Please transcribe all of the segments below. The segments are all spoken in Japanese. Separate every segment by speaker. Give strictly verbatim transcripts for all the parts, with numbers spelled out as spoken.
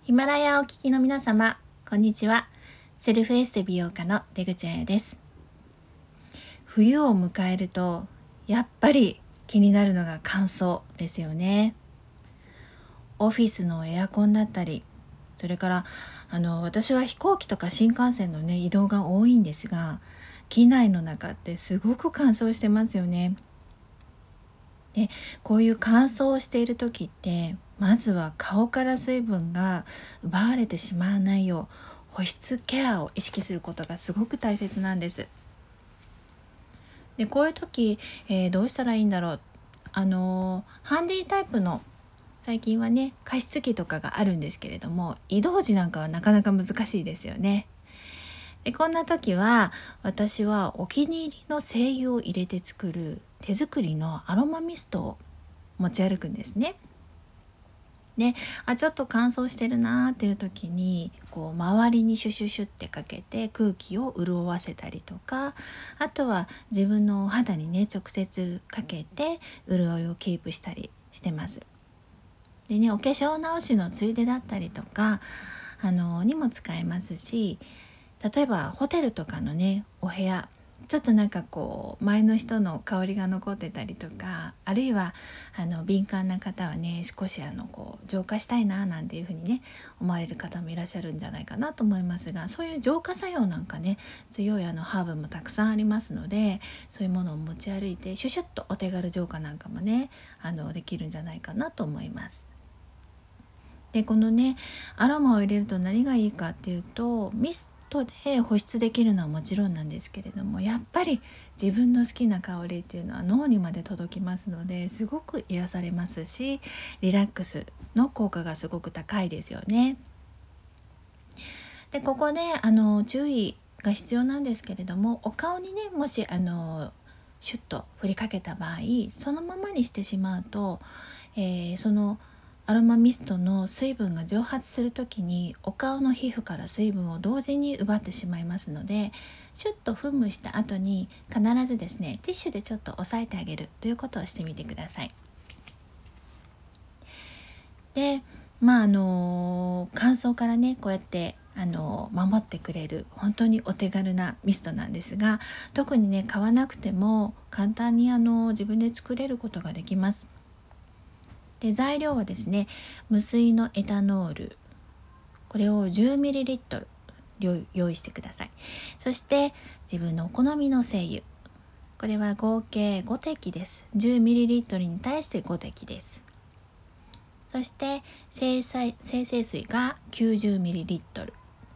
Speaker 1: ヒマラヤをお聞きの皆様、こんにちは。セルフエステ美容家の出口彩です。冬を迎えるとやっぱり気になるのが乾燥ですよね。オフィスのエアコンだったり、それからあの私は飛行機とか新幹線のね移動が多いんですが、機内の中ってすごく乾燥してますよね。で、こういう乾燥している時ってまずは顔から水分が奪われてしまわないよう保湿ケアを意識することがすごく大切なんです。で、こういう時、えーどうしたらいいんだろう。あのーハンディタイプの最近はね加湿器とかがあるんですけれども、移動時なんかはなかなか難しいですよね。で、こんな時は私はお気に入りの精油を入れて作る手作りのアロマミストを持ち歩くんですね。で、あ、ちょっと乾燥してるなーっていう時にこう周りにシュシュシュってかけて空気を潤わせたりとか、あとは自分のお肌にね直接かけて潤いをキープしたりしてます。でね、お化粧直しのついでだったりとかあのにも使えますし、例えばホテルとかのねお部屋、ちょっとなんかこう前の人の香りが残ってたりとか、あるいはあの敏感な方はね少しあのこう浄化したいななんていうふうにね思われる方もいらっしゃるんじゃないかなと思いますが、そういう浄化作用なんかね強いあのハーブもたくさんありますので、そういうものを持ち歩いてシュシュッとお手軽浄化なんかもねあのできるんじゃないかなと思います。で、このねアロマを入れると何がいいかっていうと、ミストで保湿できるのはもちろんなんですけれども、やっぱり自分の好きな香りっていうのは脳にまで届きますので、すごく癒されますし、リラックスの効果がすごく高いですよね。で、ここであの注意が必要なんですけれども、お顔にねもしあのシュッと振りかけた場合、そのままにしてしまうと、えーそのアロマミストの水分が蒸発するときにお顔の皮膚から水分を同時に奪ってしまいますので、シュッと噴霧した後に必ずですねティッシュでちょっと押さえてあげるということをしてみてください。で、まああの乾燥からねこうやってあの守ってくれる本当にお手軽なミストなんですが、特にね買わなくても簡単にあの自分で作れることができます。で、材料はですね、無水のエタノール、これを じゅうミリリットル 用意してください。そして自分のお好みの精油、これは合計ごてきです。 じゅうミリリットル に対してごてきです。そして精製精製水が きゅうじゅうミリリットル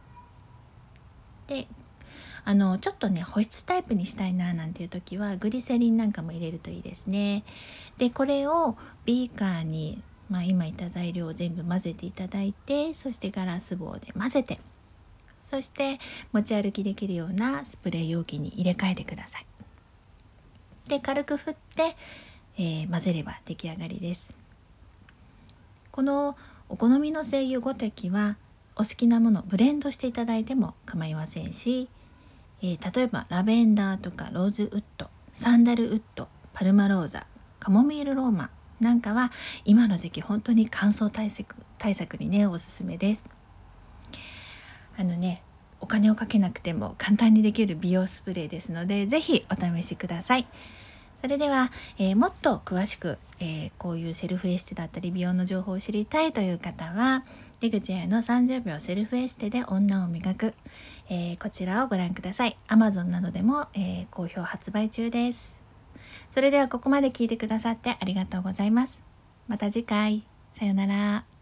Speaker 1: で、あのちょっとね保湿タイプにしたいななんていう時はグリセリンなんかも入れるといいですね。で、これをビーカーに、まあ、今言った材料を全部混ぜていただいて、そしてガラス棒で混ぜて、そして持ち歩きできるようなスプレー容器に入れ替えてください。で、軽く振って、えー混ぜれば出来上がりです。このお好みの精油ごてきはお好きなものブレンドしていただいても構いませんし、えー例えばラベンダーとかローズウッド、サンダルウッド、パルマローザ、カモミールローマンなんかは今の時期本当に乾燥対策対策にねおすすめです。あのねお金をかけなくても簡単にできる美容スプレーですので、ぜひお試しください。それでは、えーもっと詳しく、えーこういうセルフエステだったり美容の情報を知りたいという方は、出口彩のさんじゅうびょうセルフエステで女を磨く、えーこちらをご覧ください。 Amazon などでも、えー好評発売中です。それではここまで聞いてくださってありがとうございます。また次回、さようなら。